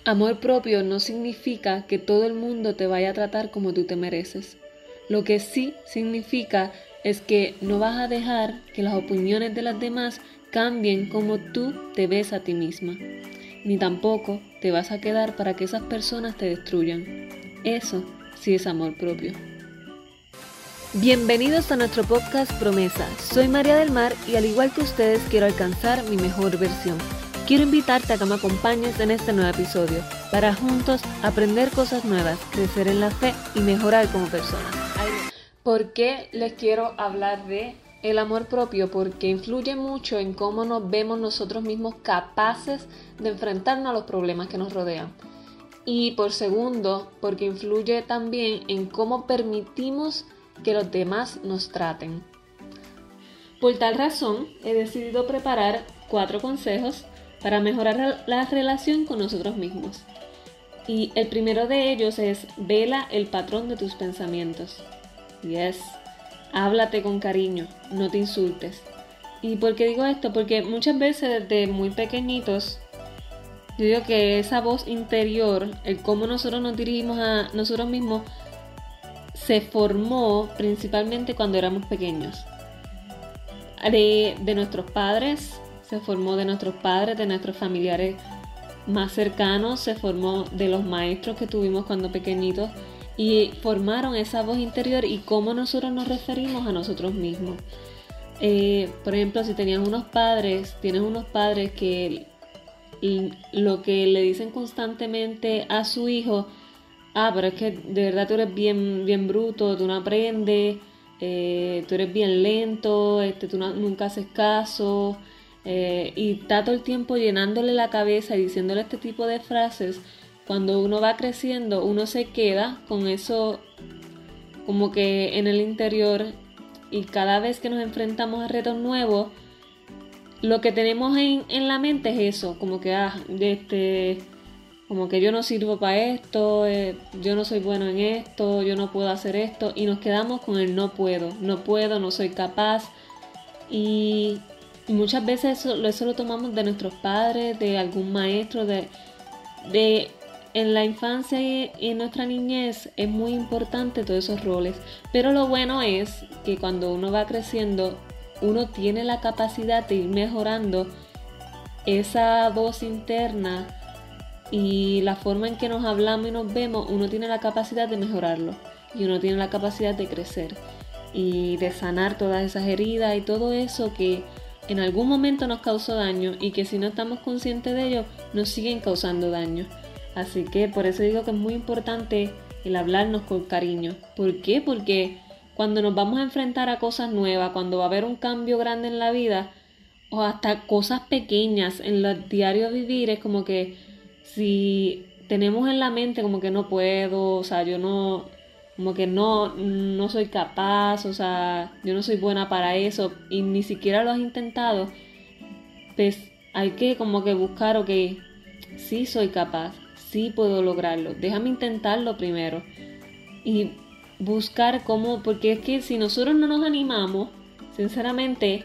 Amor propio no significa que todo el mundo te vaya a tratar como tú te mereces. Lo que sí significa es que no vas a dejar que las opiniones de las demás cambien cómo tú te ves a ti misma. Ni tampoco te vas a quedar para que esas personas te destruyan. Eso sí es amor propio. Bienvenidos a nuestro podcast Promesa. Soy María del Mar y al igual que ustedes quiero alcanzar mi mejor versión. Quiero invitarte a que me acompañes en este nuevo episodio para juntos aprender cosas nuevas, crecer en la fe y mejorar como personas. ¿Por qué les quiero hablar de el amor propio? Porque influye mucho en cómo nos vemos nosotros mismos capaces de enfrentarnos a los problemas que nos rodean. Y por segundo, porque influye también en cómo permitimos que los demás nos traten. Por tal razón, he decidido preparar 4 consejos para mejorar la relación con nosotros mismos. Y el primero de ellos es: vela el patrón de tus pensamientos. Yes, háblate con cariño, no te insultes. ¿Y por qué digo esto? Porque muchas veces desde muy pequeñitos, yo digo que esa voz interior, el cómo nosotros nos dirigimos a nosotros mismos, se formó principalmente cuando éramos pequeños. De nuestros padres, se formó de nuestros padres, de nuestros familiares más cercanos, se formó de los maestros que tuvimos cuando pequeñitos y formaron esa voz interior y cómo nosotros nos referimos a nosotros mismos. Por ejemplo, si tienes unos padres que lo que le dicen constantemente a su hijo: pero es que de verdad tú eres bien bruto, tú no aprendes, tú eres bien lento, tú nunca haces caso, y está todo el tiempo llenándole la cabeza y diciéndole este tipo de frases. Cuando uno va creciendo, uno se queda con eso como que en el interior, y cada vez que nos enfrentamos a retos nuevos, lo que tenemos en la mente es eso, como que como que yo no sirvo para esto, yo no soy bueno en esto, yo no puedo hacer esto, y nos quedamos con el no puedo, no soy capaz. Y muchas veces eso lo tomamos de nuestros padres, de algún maestro, en la infancia y en nuestra niñez es muy importante todos esos roles. Pero lo bueno es que cuando uno va creciendo, uno tiene la capacidad de ir mejorando esa voz interna y la forma en que nos hablamos y nos vemos. Uno tiene la capacidad de mejorarlo y uno tiene la capacidad de crecer y de sanar todas esas heridas y todo eso que en algún momento nos causó daño y que si no estamos conscientes de ello nos siguen causando daño. Así que por eso digo que es muy importante el hablarnos con cariño. ¿Por qué? Porque cuando nos vamos a enfrentar a cosas nuevas, cuando va a haber un cambio grande en la vida o hasta cosas pequeñas en los diarios vivir, es como que si tenemos en la mente como que no puedo, o sea, yo no, como que no soy capaz, o sea, yo no soy buena para eso y ni siquiera lo has intentado, pues hay que como que buscar, ok, sí soy capaz, sí puedo lograrlo, déjame intentarlo primero y buscar cómo, porque es que si nosotros no nos animamos, sinceramente,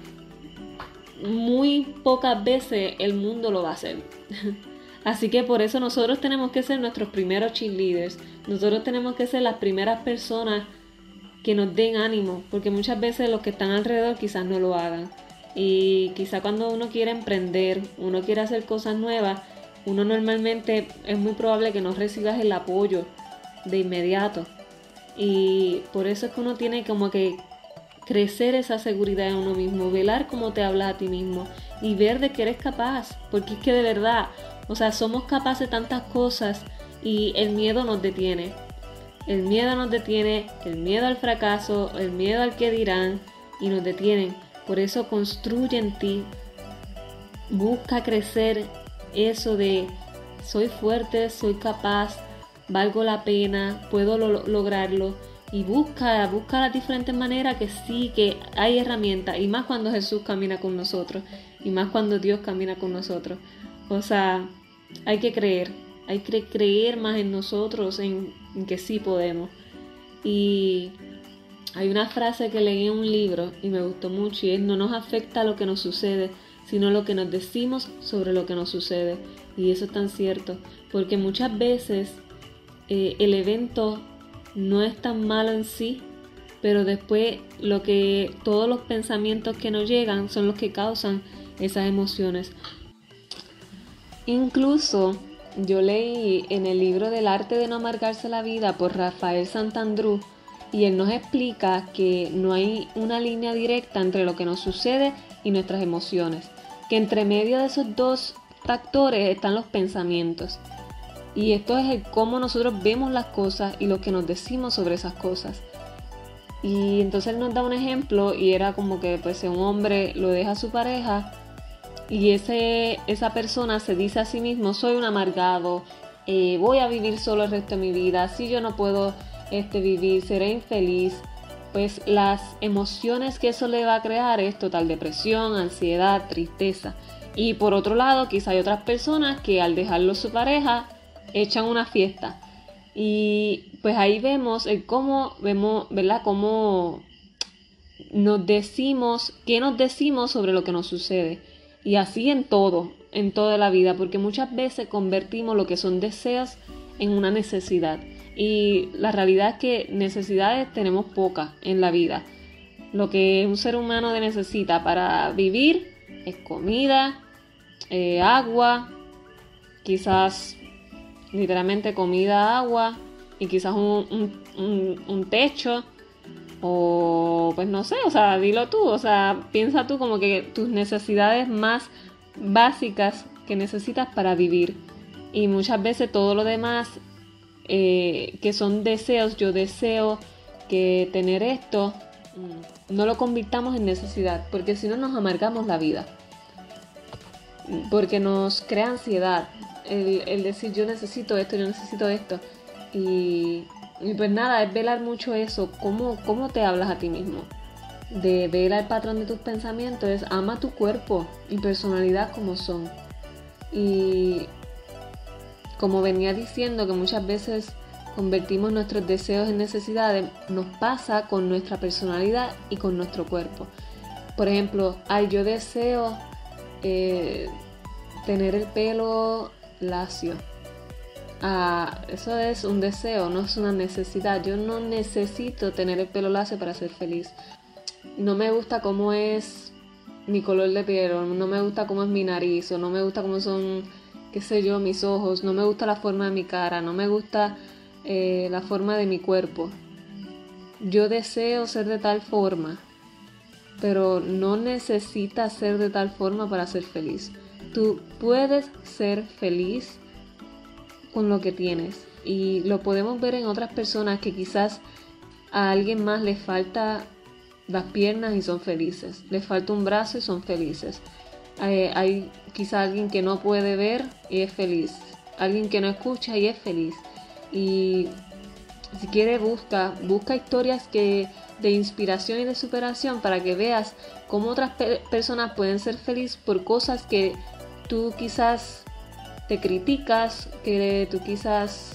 muy pocas veces el mundo lo va a hacer. Así que por eso nosotros tenemos que ser nuestros primeros cheerleaders. Nosotros tenemos que ser las primeras personas que nos den ánimo, porque muchas veces los que están alrededor quizás no lo hagan. Y quizás cuando uno quiere emprender, uno quiere hacer cosas nuevas, uno normalmente es muy probable que no recibas el apoyo de inmediato. Y por eso es que uno tiene como que crecer esa seguridad en uno mismo, velar cómo te hablas a ti mismo y ver de que eres capaz, porque es que de verdad, o sea, somos capaces de tantas cosas y el miedo nos detiene. El miedo nos detiene, el miedo al fracaso, el miedo al que dirán, y nos detienen. Por eso construye en ti, busca crecer eso de soy fuerte, soy capaz, valgo la pena, puedo lograrlo. Y busca las diferentes maneras, que sí, que hay herramientas, y más cuando Jesús camina con nosotros, y más cuando Dios camina con nosotros. O sea, hay que creer más en nosotros, en que sí podemos. Y hay una frase que leí en un libro y me gustó mucho, y es: no nos afecta lo que nos sucede, sino lo que nos decimos sobre lo que nos sucede. Y eso es tan cierto, porque muchas veces el evento no es tan malo en sí, pero después todos los pensamientos que nos llegan son los que causan esas emociones. Incluso yo leí en el libro del arte de no amargarse la vida por Rafael Santandrú, y él nos explica que no hay una línea directa entre lo que nos sucede y nuestras emociones, que entre medio de esos dos factores están los pensamientos. Y esto es el cómo nosotros vemos las cosas y lo que nos decimos sobre esas cosas. Y entonces él nos da un ejemplo, y era como que pues un hombre lo deja a su pareja, y esa persona se dice a sí mismo: soy un amargado, voy a vivir solo el resto de mi vida, si yo no puedo vivir, seré infeliz. Pues las emociones que eso le va a crear es total depresión, ansiedad, tristeza. Y por otro lado, quizá hay otras personas que al dejarlo su pareja echan una fiesta. Y pues ahí vemos ¿verdad? Cómo nos decimos, qué nos decimos sobre lo que nos sucede. Y así en toda la vida, porque muchas veces convertimos lo que son deseos en una necesidad. Y la realidad es que necesidades tenemos pocas en la vida. Lo que un ser humano necesita para vivir es comida, agua, quizás literalmente comida, agua, y quizás un techo, o pues no sé, o sea, dilo tú, o sea, piensa tú como que tus necesidades más básicas que necesitas para vivir. Y muchas veces todo lo demás que son deseos, yo deseo que tener esto, no lo convirtamos en necesidad, porque si no nos amargamos la vida, porque nos crea ansiedad el decir yo necesito esto. Y pues nada, es velar mucho eso, cómo te hablas a ti mismo. De ver el patrón de tus pensamientos es: ama tu cuerpo y personalidad como son. Y como venía diciendo, que muchas veces convertimos nuestros deseos en necesidades, nos pasa con nuestra personalidad y con nuestro cuerpo. Por ejemplo, yo deseo tener el pelo lacio. Eso es un deseo, no es una necesidad. Yo no necesito tener el pelo lacio para ser feliz. No me gusta cómo es mi color de piel, o no me gusta cómo es mi nariz, o no me gusta cómo son, qué sé yo, mis ojos, no me gusta la forma de mi cara, no me gusta la forma de mi cuerpo. Yo deseo ser de tal forma, pero no necesitas ser de tal forma para ser feliz. Tú puedes ser feliz con lo que tienes, y lo podemos ver en otras personas que quizás a alguien más les falta las piernas y son felices, les falta un brazo y son felices. Hay quizás alguien que no puede ver y es feliz, alguien que no escucha y es feliz. Y si quieres, busca historias de inspiración y de superación, para que veas cómo otras personas pueden ser felices por cosas que tú quizás te criticas, que tú quizás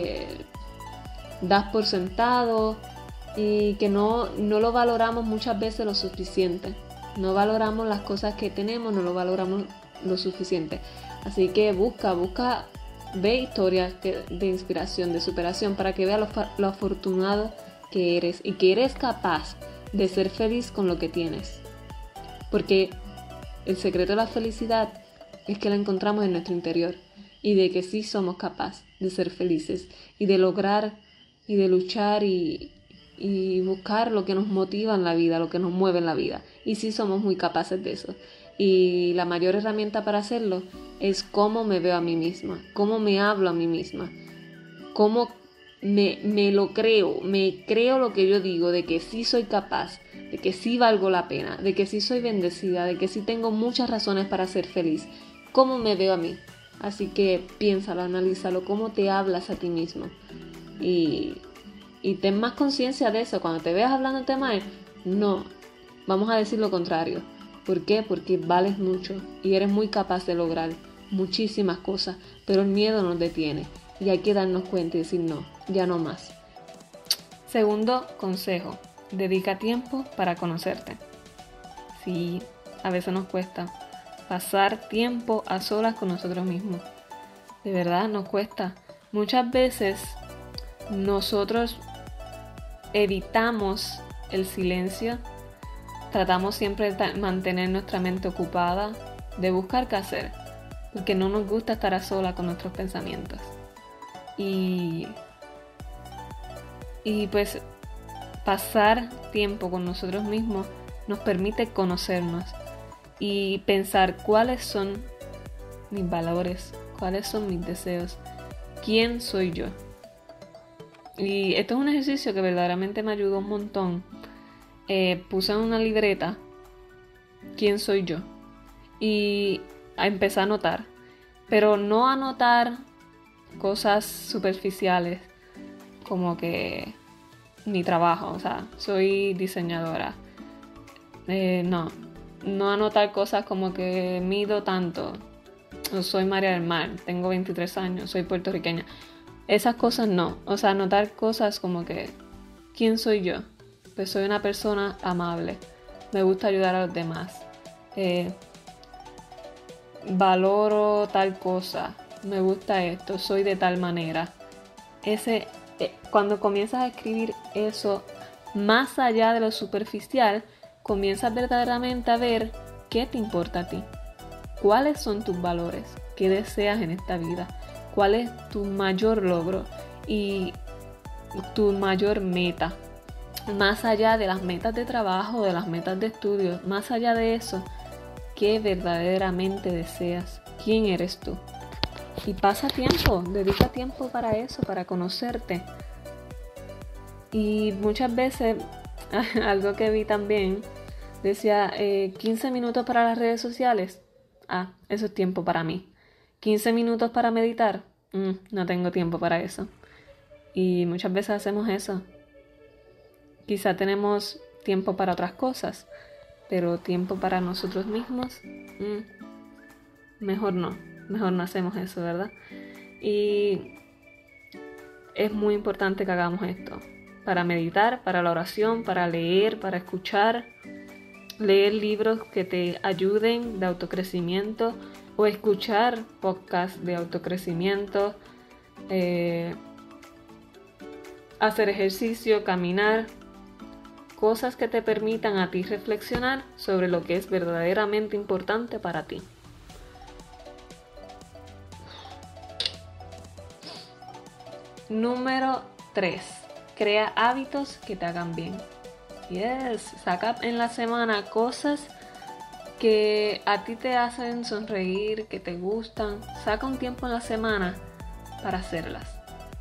das por sentado, y que no lo valoramos muchas veces lo suficiente. No valoramos las cosas que tenemos, no lo valoramos lo suficiente. Así que ve historias de inspiración, de superación, para que veas lo afortunado que eres, y que eres capaz de ser feliz con lo que tienes. Porque el secreto de la felicidad es que la encontramos en nuestro interior, y de que sí somos capaces de ser felices y de lograr y de luchar y buscar lo que nos motiva en la vida, lo que nos mueve en la vida. Y sí somos muy capaces de eso. Y la mayor herramienta para hacerlo es cómo me veo a mí misma, cómo me hablo a mí misma, cómo me lo creo, me creo lo que yo digo, de que sí soy capaz, de que sí valgo la pena, de que sí soy bendecida, de que sí tengo muchas razones para ser feliz. ¿Cómo me veo a mí? Así que piénsalo, analízalo, cómo te hablas a ti mismo. Y ten más conciencia de eso. Cuando te veas hablándote mal, no, vamos a decir lo contrario. ¿Por qué? Porque vales mucho y eres muy capaz de lograr muchísimas cosas, pero el miedo nos detiene y hay que darnos cuenta y decir no, ya no más. Segundo consejo: dedica tiempo para conocerte. Sí, a veces nos cuesta. pasar tiempo a solas con nosotros mismos. De verdad nos cuesta. Muchas veces nosotros evitamos el silencio, tratamos siempre de mantener nuestra mente ocupada, de buscar qué hacer, porque no nos gusta estar a solas con nuestros pensamientos. Y pues pasar tiempo con nosotros mismos nos permite conocernos y pensar cuáles son mis valores, cuáles son mis deseos, quién soy yo. Y esto es un ejercicio que verdaderamente me ayudó un montón. Puse en una libreta quién soy yo y empecé a anotar, pero no a anotar cosas superficiales como que mi trabajo, o sea, soy diseñadora. No anotar cosas como que mido tanto, o soy María del Mar, tengo 23 años, soy puertorriqueña. Esas cosas no, o sea, anotar cosas como que ¿quién soy yo? Pues soy una persona amable, me gusta ayudar a los demás, valoro tal cosa, me gusta esto, soy de tal manera. Cuando comienzas a escribir eso, más allá de lo superficial, comienzas verdaderamente a ver qué te importa a ti, cuáles son tus valores, qué deseas en esta vida, cuál es tu mayor logro y tu mayor meta. Más allá de las metas de trabajo, de las metas de estudio, más allá de eso, qué verdaderamente deseas, quién eres tú. Y pasa tiempo, dedica tiempo para eso, para conocerte. Y muchas veces, algo que vi también, decía 15 minutos para las redes sociales. Eso es tiempo para mí. 15 minutos para meditar. No tengo tiempo para eso. Y muchas veces hacemos eso. Quizá tenemos tiempo para otras cosas, pero tiempo para nosotros mismos, mejor no hacemos eso, ¿verdad? Y es muy importante que hagamos esto, para meditar, para la oración, para leer, para escuchar, leer libros que te ayuden de autocrecimiento o escuchar podcasts de autocrecimiento, hacer ejercicio, caminar, cosas que te permitan a ti reflexionar sobre lo que es verdaderamente importante para ti. Número 3. Crea hábitos que te hagan bien. Saca en la semana cosas que a ti te hacen sonreír, que te gustan. Saca un tiempo en la semana para hacerlas.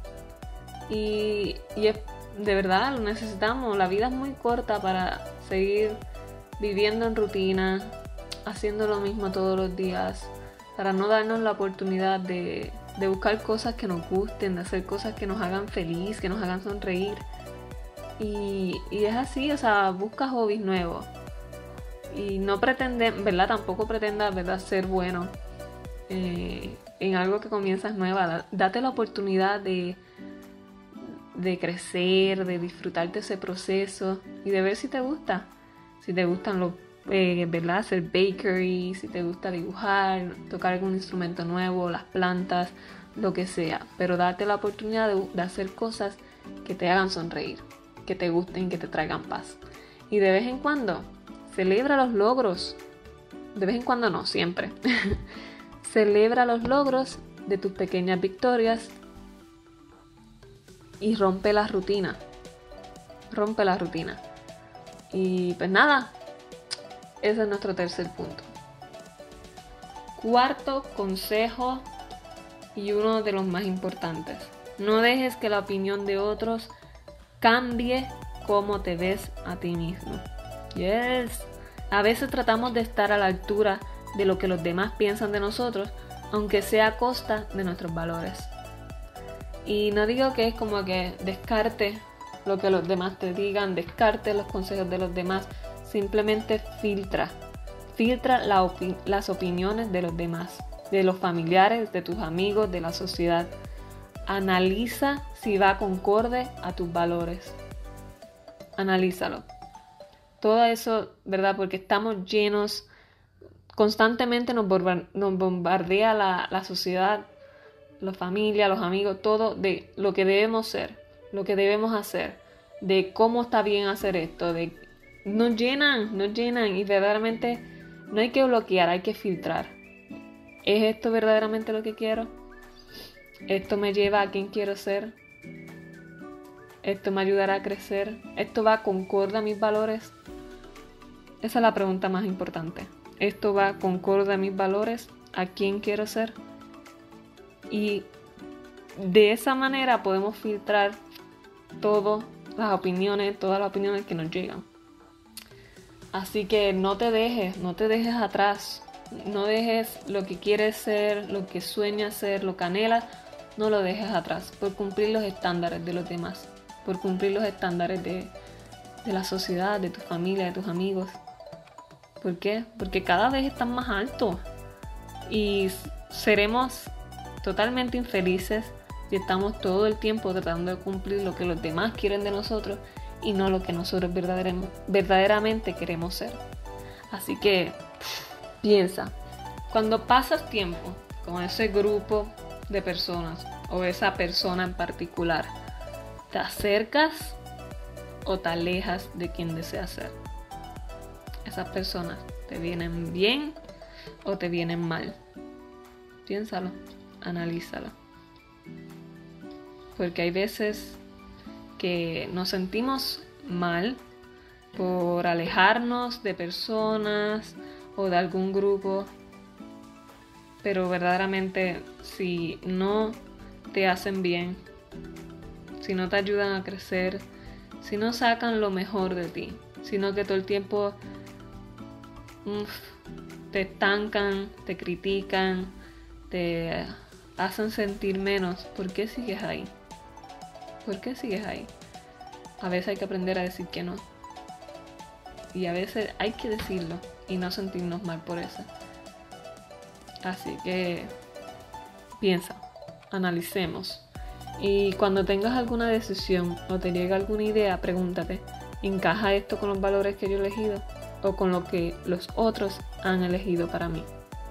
Y de verdad lo necesitamos. La vida es muy corta para seguir viviendo en rutina, haciendo lo mismo todos los días, para no darnos la oportunidad de buscar cosas que nos gusten, de hacer cosas que nos hagan feliz, que nos hagan sonreír. Y es así, o sea, busca hobbies nuevos. Y no pretende, ¿verdad? Tampoco pretendas, ¿verdad?, ser bueno en algo que comienzas nueva. Date la oportunidad de crecer, de disfrutar de ese proceso y de ver si te gusta. Si te gustan ¿verdad?, hacer bakery, si te gusta dibujar, tocar algún instrumento nuevo, las plantas, lo que sea. Pero date la oportunidad de hacer cosas que te hagan sonreír, que te gusten, que te traigan paz. Y de vez en cuando, celebra los logros. De vez en cuando no, siempre. Celebra los logros de tus pequeñas victorias y rompe la rutina. Rompe la rutina. Y pues nada, ese es nuestro tercer punto. Cuarto consejo y uno de los más importantes. No dejes que la opinión de otros cambie cómo te ves a ti mismo. A veces tratamos de estar a la altura de lo que los demás piensan de nosotros, aunque sea a costa de nuestros valores. Y no digo que es como que descarte lo que los demás te digan, descarte los consejos de los demás, simplemente filtra las opiniones de los demás, de los familiares, de tus amigos, de la sociedad. Analiza si va concorde a tus valores. Analízalo. Todo eso, ¿verdad? Porque estamos llenos constantemente nos bombardea la sociedad, la familia, los amigos, todo de lo que debemos ser, lo que debemos hacer, de cómo está bien hacer esto, nos llenan y verdaderamente no hay que bloquear, hay que filtrar. ¿Es esto verdaderamente lo que quiero? ¿Esto me lleva a quien quiero ser? ¿Esto me ayudará a crecer? ¿Esto va concorde a mis valores? Esa es la pregunta más importante. ¿Esto va concorde a mis valores? ¿A quién quiero ser? Y de esa manera podemos filtrar todas las opiniones que nos llegan. Así que no te dejes atrás. No dejes lo que quieres ser, lo que sueñas ser, lo que anhelas, no lo dejes atrás por cumplir los estándares de los demás, por cumplir los estándares de la sociedad, de tu familia, de tus amigos. ¿Por qué? Porque cada vez están más altos y seremos totalmente infelices si estamos todo el tiempo tratando de cumplir lo que los demás quieren de nosotros y no lo que nosotros verdaderamente queremos ser. Así que piensa, cuando pasas tiempo con ese grupo de personas o esa persona en particular, ¿te acercas o te alejas de quien deseas ser? ¿Esas personas te vienen bien o te vienen mal? Piénsalo, analízalo. Porque hay veces que nos sentimos mal por alejarnos de personas o de algún grupo, pero verdaderamente si no te hacen bien, si no te ayudan a crecer, si no sacan lo mejor de ti, sino que todo el tiempo te estancan, te critican, te hacen sentir menos, ¿por qué sigues ahí? ¿Por qué sigues ahí? A veces hay que aprender a decir que no. Y a veces hay que decirlo y no sentirnos mal por eso. Así que piensa, analicemos. Y cuando tengas alguna decisión o te llegue alguna idea, pregúntate, ¿encaja esto con los valores que yo he elegido o con lo que los otros han elegido para mí?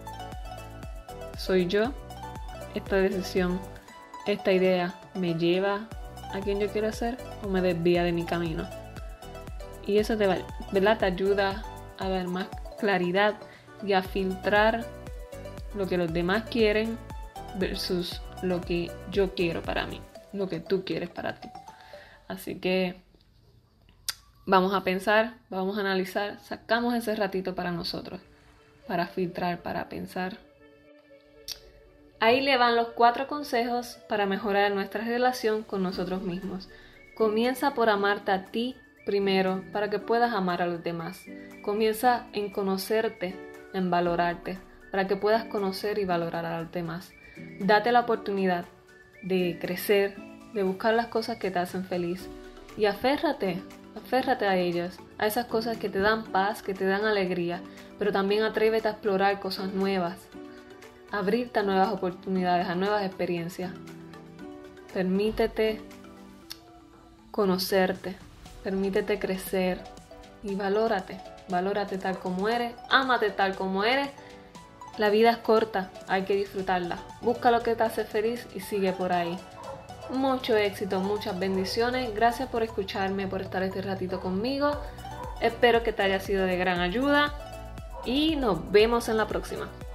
¿Soy yo? ¿Esta decisión, esta idea me lleva a quien yo quiero ser o me desvía de mi camino? Y eso te ayuda a dar más claridad y a filtrar lo que los demás quieren versus lo que yo quiero para mí, lo que tú quieres para ti. Así que vamos a pensar, vamos a analizar, sacamos ese ratito para nosotros, para filtrar, para pensar. Ahí le van los 4 consejos para mejorar nuestra relación con nosotros mismos. Comienza por amarte a ti primero para que puedas amar a los demás. Comienza en conocerte, en valorarte, para que puedas conocer y valorar a los demás. Date la oportunidad de crecer, de buscar las cosas que te hacen feliz y aférrate a ellas, a esas cosas que te dan paz, que te dan alegría, pero también atrévete a explorar cosas nuevas, abrirte a nuevas oportunidades, a nuevas experiencias. Permítete conocerte, permítete crecer y valórate tal como eres, ámate tal como eres. La vida es corta, hay que disfrutarla. Busca lo que te hace feliz y sigue por ahí. Mucho éxito, muchas bendiciones. Gracias por escucharme, por estar este ratito conmigo. Espero que te haya sido de gran ayuda y nos vemos en la próxima.